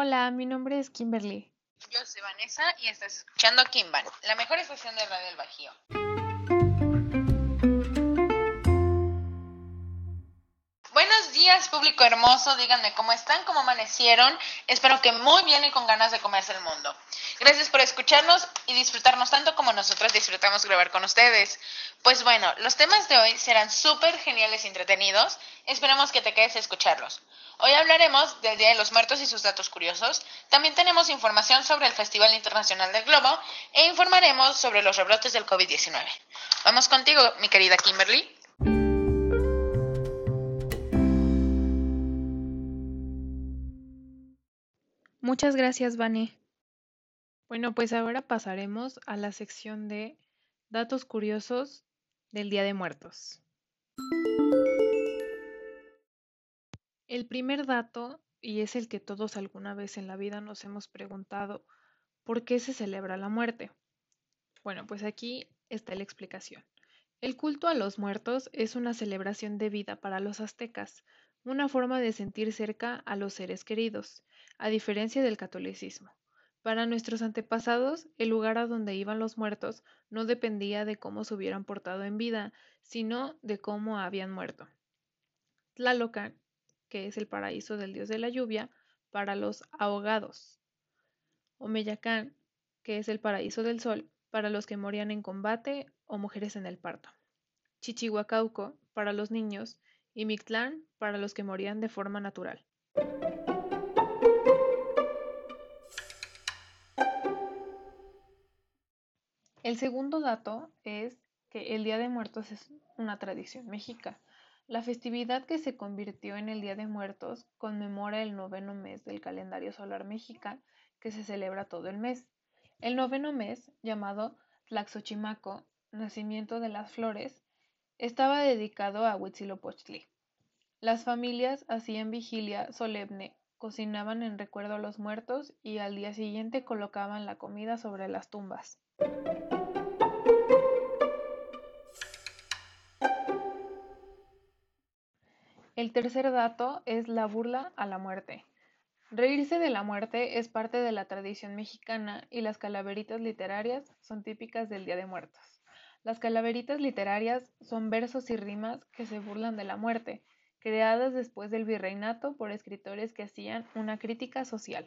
Hola, mi nombre es Kimberly. Yo soy Vanessa y estás escuchando Kimban, la mejor estación de radio del Bajío. Buenos días, público hermoso. Díganme cómo están, cómo amanecieron. Espero que muy bien y con ganas de comerse el mundo. Gracias por escucharnos y disfrutarnos tanto como nosotros disfrutamos grabar con ustedes. Pues bueno, los temas de hoy serán súper geniales y entretenidos. Esperemos que te quedes a escucharlos. Hoy hablaremos del Día de los Muertos y sus datos curiosos. También tenemos información sobre el Festival Internacional del Globo e informaremos sobre los rebrotes del COVID-19. Vamos contigo, mi querida Kimberly. Muchas gracias, Vane. Bueno, pues ahora pasaremos a la sección de datos curiosos del Día de Muertos. El primer dato, y es el que todos alguna vez en la vida nos hemos preguntado, ¿por qué se celebra la muerte? Bueno, pues aquí está la explicación. El culto a los muertos es una celebración de vida para los aztecas, una forma de sentir cerca a los seres queridos, a diferencia del catolicismo. Para nuestros antepasados, el lugar a donde iban los muertos no dependía de cómo se hubieran portado en vida, sino de cómo habían muerto. Tlalocan, que es el paraíso del dios de la lluvia, para los ahogados. Omeyacán, que es el paraíso del sol, para los que morían en combate o mujeres en el parto. Chichihuacauco, para los niños, y Mictlán, para los que morían de forma natural. El segundo dato es que el Día de Muertos es una tradición mexica. La festividad que se convirtió en el Día de Muertos conmemora el noveno mes del calendario solar mexica que se celebra todo el mes. El noveno mes, llamado Tlaxochimaco, nacimiento de las flores, estaba dedicado a Huitzilopochtli. Las familias hacían vigilia solemne, cocinaban en recuerdo a los muertos y al día siguiente colocaban la comida sobre las tumbas. El tercer dato es la burla a la muerte. Reírse de la muerte es parte de la tradición mexicana y las calaveritas literarias son típicas del Día de Muertos. Las calaveritas literarias son versos y rimas que se burlan de la muerte, creadas después del virreinato por escritores que hacían una crítica social.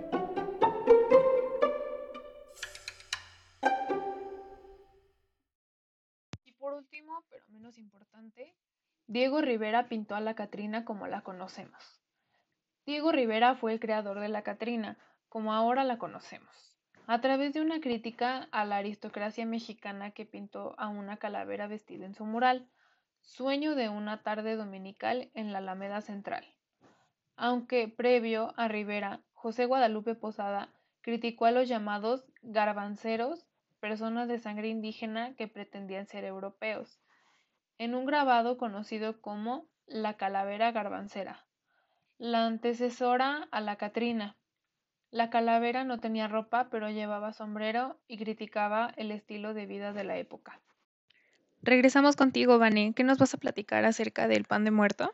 Y por último, pero menos importante, Diego Rivera pintó a la Catrina como la conocemos. Diego Rivera fue el creador de la Catrina, como ahora la conocemos, a través de una crítica a la aristocracia mexicana que pintó a una calavera vestida en su mural, Sueño de una tarde dominical en la Alameda Central. Aunque previo a Rivera, José Guadalupe Posada criticó a los llamados garbanceros, personas de sangre indígena que pretendían ser europeos, en un grabado conocido como La Calavera Garbancera, la antecesora a la Catrina. La calavera no tenía ropa, pero llevaba sombrero y criticaba el estilo de vida de la época. Regresamos contigo, Vane. ¿Qué nos vas a platicar acerca del pan de muerto?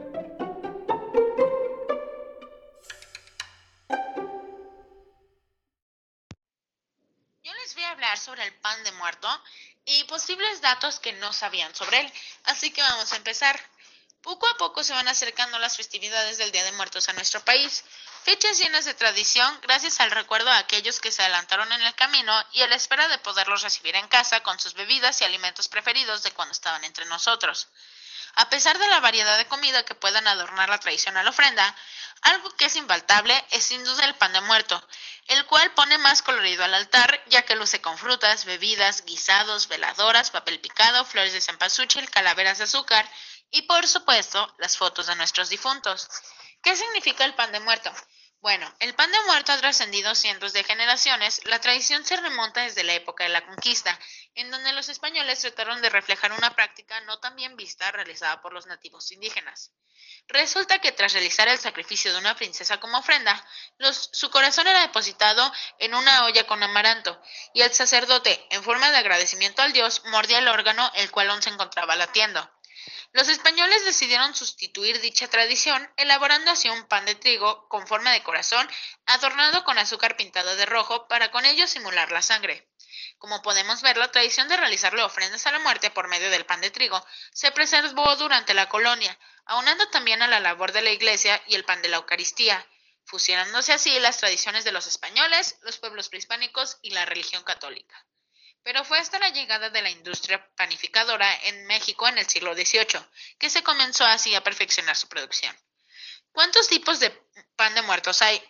Yo les voy a hablar sobre el pan de muerto y posibles datos que no sabían sobre él, así que vamos a empezar. Poco a poco se van acercando las festividades del Día de Muertos a nuestro país, fechas llenas de tradición gracias al recuerdo a aquellos que se adelantaron en el camino y a la espera de poderlos recibir en casa con sus bebidas y alimentos preferidos de cuando estaban entre nosotros. A pesar de la variedad de comida que puedan adornar la tradicional ofrenda, algo que es infaltable es sin duda el pan de muerto, el cual pone más colorido al altar, ya que luce con frutas, bebidas, guisados, veladoras, papel picado, flores de cempasúchil, calaveras de azúcar y, por supuesto, las fotos de nuestros difuntos. ¿Qué significa el pan de muerto? Bueno, el pan de muerto ha trascendido cientos de generaciones. La tradición se remonta desde la época de la conquista, en donde los españoles trataron de reflejar una práctica no tan bien vista realizada por los nativos indígenas. Resulta que tras realizar el sacrificio de una princesa como ofrenda, su corazón era depositado en una olla con amaranto, y el sacerdote, en forma de agradecimiento al dios, mordía el órgano el cual aún se encontraba latiendo. Los españoles decidieron sustituir dicha tradición, elaborando así un pan de trigo con forma de corazón, adornado con azúcar pintada de rojo para con ello simular la sangre. Como podemos ver, la tradición de realizarle ofrendas a la muerte por medio del pan de trigo se preservó durante la colonia, aunando también a la labor de la Iglesia y el pan de la Eucaristía, fusionándose así las tradiciones de los españoles, los pueblos prehispánicos y la religión católica. Pero fue hasta la llegada de la industria panificadora en México en el siglo XVIII que se comenzó así a perfeccionar su producción. ¿Cuántos tipos de pan de muertos hay?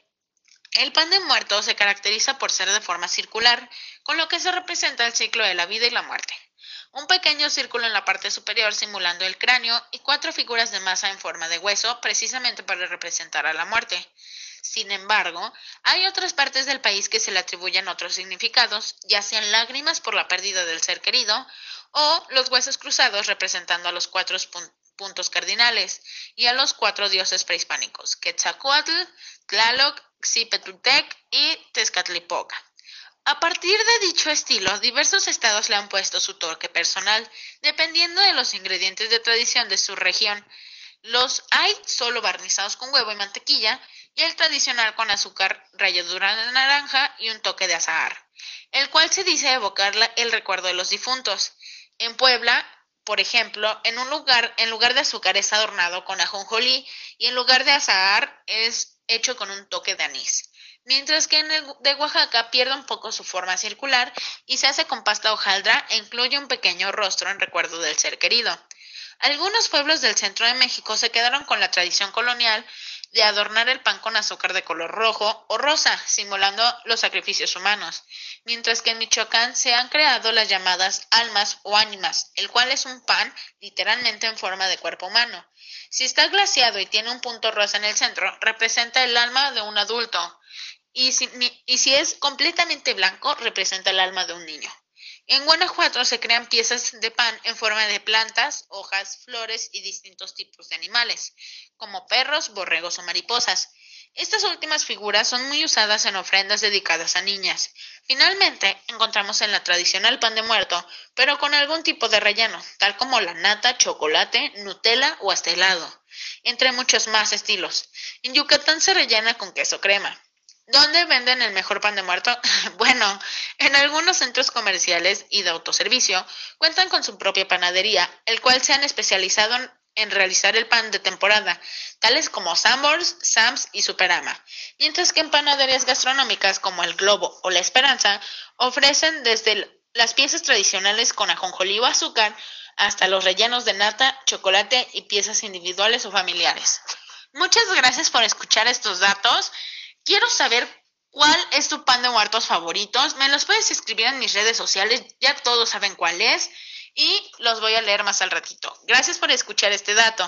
El pan de muerto se caracteriza por ser de forma circular, con lo que se representa el ciclo de la vida y la muerte. Un pequeño círculo en la parte superior simulando el cráneo y 4 figuras de masa en forma de hueso precisamente para representar a la muerte. Sin embargo, hay otras partes del país que se le atribuyen otros significados, ya sean lágrimas por la pérdida del ser querido o los huesos cruzados representando a los 4 puntos cardinales y a los 4 dioses prehispánicos, Quetzalcóatl, Tlaloc, Xipetultec y Tezcatlipoca. A partir de dicho estilo, diversos estados le han puesto su toque personal, dependiendo de los ingredientes de tradición de su región. Los hay solo barnizados con huevo y mantequilla, y el tradicional con azúcar, ralladura de naranja y un toque de azahar, el cual se dice evocar el recuerdo de los difuntos. En Puebla, por ejemplo, en lugar de azúcar es adornado con ajonjolí y en lugar de azahar es hecho con un toque de anís. Mientras que en el de Oaxaca pierde un poco su forma circular y se hace con pasta hojaldra e incluye un pequeño rostro en recuerdo del ser querido. Algunos pueblos del centro de México se quedaron con la tradición colonial de adornar el pan con azúcar de color rojo o rosa, simulando los sacrificios humanos, mientras que en Michoacán se han creado las llamadas almas o ánimas, el cual es un pan literalmente en forma de cuerpo humano. Si está glaseado y tiene un punto rosa en el centro, representa el alma de un adulto, y si es completamente blanco, representa el alma de un niño. En Guanajuato se crean piezas de pan en forma de plantas, hojas, flores y distintos tipos de animales, como perros, borregos o mariposas. Estas últimas figuras son muy usadas en ofrendas dedicadas a niñas. Finalmente, encontramos en la tradicional pan de muerto, pero con algún tipo de relleno, tal como la nata, chocolate, Nutella o hasta helado, entre muchos más estilos. En Yucatán se rellena con queso crema. ¿Dónde venden el mejor pan de muerto? Bueno, en algunos centros comerciales y de autoservicio cuentan con su propia panadería, el cual se han especializado en realizar el pan de temporada, tales como Sanborns, Sam's y Superama, mientras que en panaderías gastronómicas como El Globo o La Esperanza ofrecen desde las piezas tradicionales con ajonjolí o azúcar hasta los rellenos de nata, chocolate y piezas individuales o familiares. Muchas gracias por escuchar estos datos. Quiero saber cuál es tu pan de muertos favoritos. Me los puedes escribir en mis redes sociales, ya todos saben cuál es, y los voy a leer más al ratito. Gracias por escuchar este dato.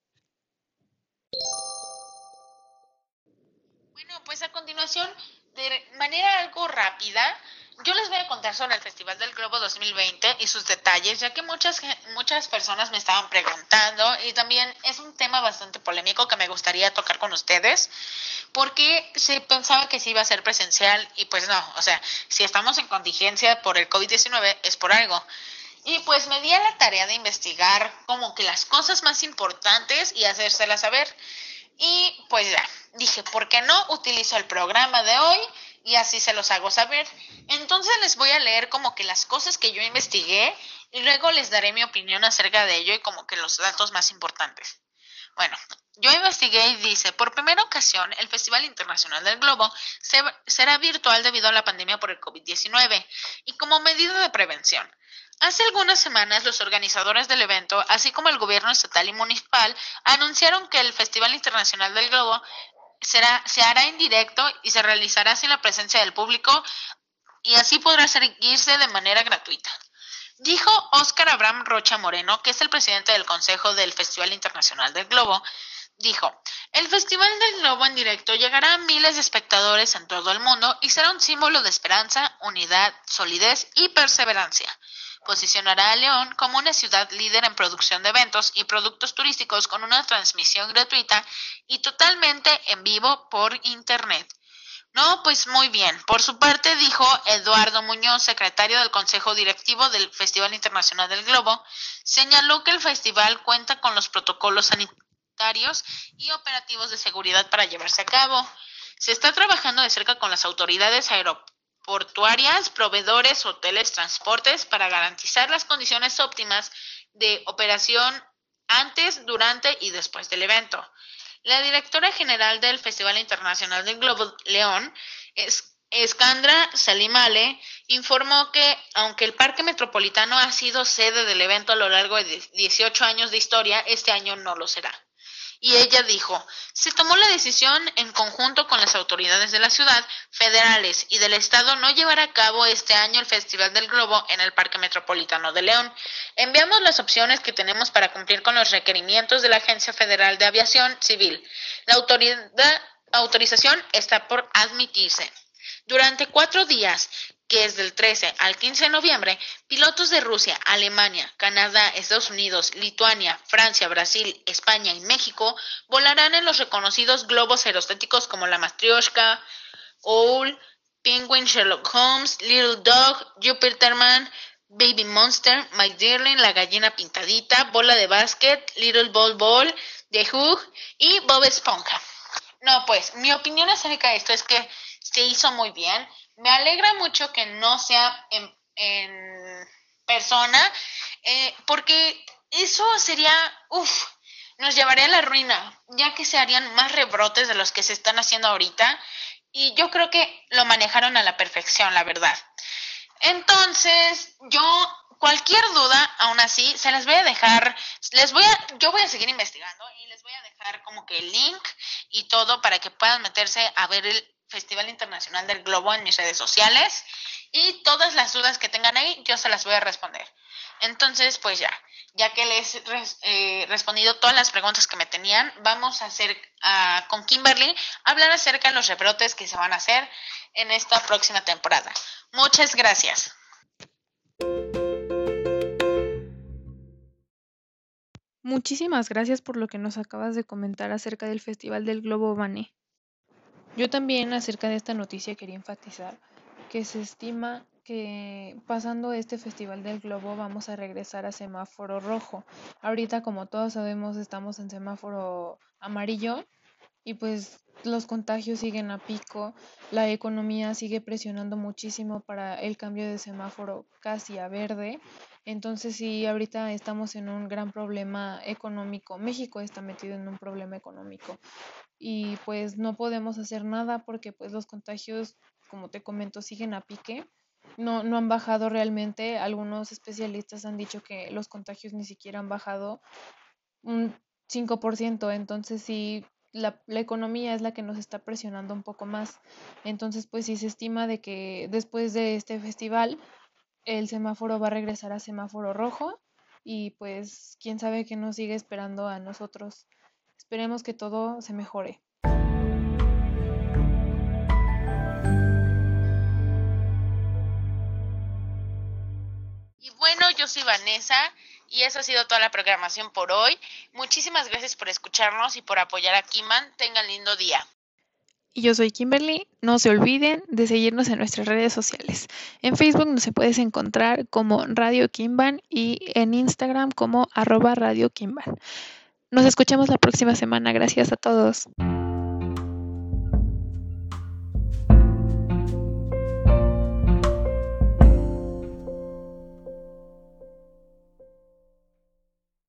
Bueno, pues a continuación, de manera algo rápida, yo les voy a contar sobre el Festival del Globo 2020 y sus detalles, ya que muchas personas me estaban preguntando y también es un tema bastante polémico que me gustaría tocar con ustedes, porque se pensaba que sí iba a ser presencial y pues no, o sea, si estamos en contingencia por el COVID-19 es por algo. Y pues me di a la tarea de investigar como que las cosas más importantes y hacérselas saber. Y pues ya, dije, ¿por qué no utilizo el programa de hoy? Y así se los hago saber. Entonces les voy a leer como que las cosas que yo investigué y luego les daré mi opinión acerca de ello y como que los datos más importantes. Bueno, yo investigué y dice, por primera ocasión, el Festival Internacional del Globo será virtual debido a la pandemia por el COVID-19 y como medida de prevención. Hace algunas semanas, los organizadores del evento, así como el gobierno estatal y municipal, anunciaron que el Festival Internacional del Globo se hará en directo y se realizará sin la presencia del público y así podrá seguirse de manera gratuita. Dijo Óscar Abraham Rocha Moreno, que es el presidente del Consejo del Festival Internacional del Globo, dijo, el Festival del Globo en directo llegará a miles de espectadores en todo el mundo y será un símbolo de esperanza, unidad, solidez y perseverancia. Posicionará a León como una ciudad líder en producción de eventos y productos turísticos con una transmisión gratuita y totalmente en vivo por Internet. No, pues muy bien. Por su parte, dijo Eduardo Muñoz, secretario del Consejo Directivo del Festival Internacional del Globo, señaló que el festival cuenta con los protocolos sanitarios y operativos de seguridad para llevarse a cabo. Se está trabajando de cerca con las autoridades aeroportuarias, proveedores, hoteles, transportes para garantizar las condiciones óptimas de operación antes, durante y después del evento. La directora general del Festival Internacional del Globo León, Escandra Salimale, informó que, aunque el Parque Metropolitano ha sido sede del evento a lo largo de 18 años de historia, este año no lo será. Y ella dijo, se tomó la decisión en conjunto con las autoridades de la ciudad, federales y del estado no llevar a cabo este año el Festival del Globo en el Parque Metropolitano de León. Enviamos las opciones que tenemos para cumplir con los requerimientos de la Agencia Federal de Aviación Civil. La autorización está por admitirse. Durante 4 días, que es del 13 al 15 de noviembre, pilotos de Rusia, Alemania, Canadá, Estados Unidos, Lituania, Francia, Brasil, España y México volarán en los reconocidos globos aerostáticos como la Matryoshka, Owl, Penguin, Sherlock Holmes, Little Dog, Jupiterman, Baby Monster, My Darling, La Gallina Pintadita, Bola de Básquet, Little Ball Ball, The Hook y Bob Esponja. No, pues, mi opinión acerca de esto es que se hizo muy bien. Me alegra mucho que no sea en persona, porque eso sería, nos llevaría a la ruina, ya que se harían más rebrotes de los que se están haciendo ahorita. Y yo creo que lo manejaron a la perfección, la verdad. Entonces, cualquier duda, aún así, se las voy a dejar, yo voy a seguir investigando y les voy a dejar como que el link y todo para que puedan meterse a ver el Festival Internacional del Globo en mis redes sociales y todas las dudas que tengan ahí, yo se las voy a responder. Entonces, pues ya que les he respondido todas las preguntas que me tenían, vamos a hacer con Kimberly hablar acerca de los rebrotes que se van a hacer en esta próxima temporada. Muchas gracias. Muchísimas gracias por lo que nos acabas de comentar acerca del Festival del Globo, Vane. Yo también acerca de esta noticia quería enfatizar que se estima que pasando este Festival del Globo vamos a regresar a semáforo rojo. Ahorita, como todos sabemos, estamos en semáforo amarillo y pues los contagios siguen a pico, la economía sigue presionando muchísimo para el cambio de semáforo casi a verde. Entonces sí, ahorita estamos en un gran problema económico. México está metido en un problema económico y pues no podemos hacer nada porque pues los contagios, como te comento, siguen a pique. No han bajado realmente. Algunos especialistas han dicho que los contagios ni siquiera han bajado un 5%. Entonces sí, la economía es la que nos está presionando un poco más. Entonces pues sí se estima de que después de este festival el semáforo va a regresar a semáforo rojo y pues quién sabe qué nos sigue esperando a nosotros. Esperemos que todo se mejore. Y bueno, yo soy Vanessa y esa ha sido toda la programación por hoy. Muchísimas gracias por escucharnos y por apoyar a Kiman. Tengan lindo día. Y yo soy Kimberly. No se olviden de seguirnos en nuestras redes sociales. En Facebook nos puedes encontrar como Radio Kimban y en Instagram como @Radio Kimban. Nos escuchamos la próxima semana. Gracias a todos.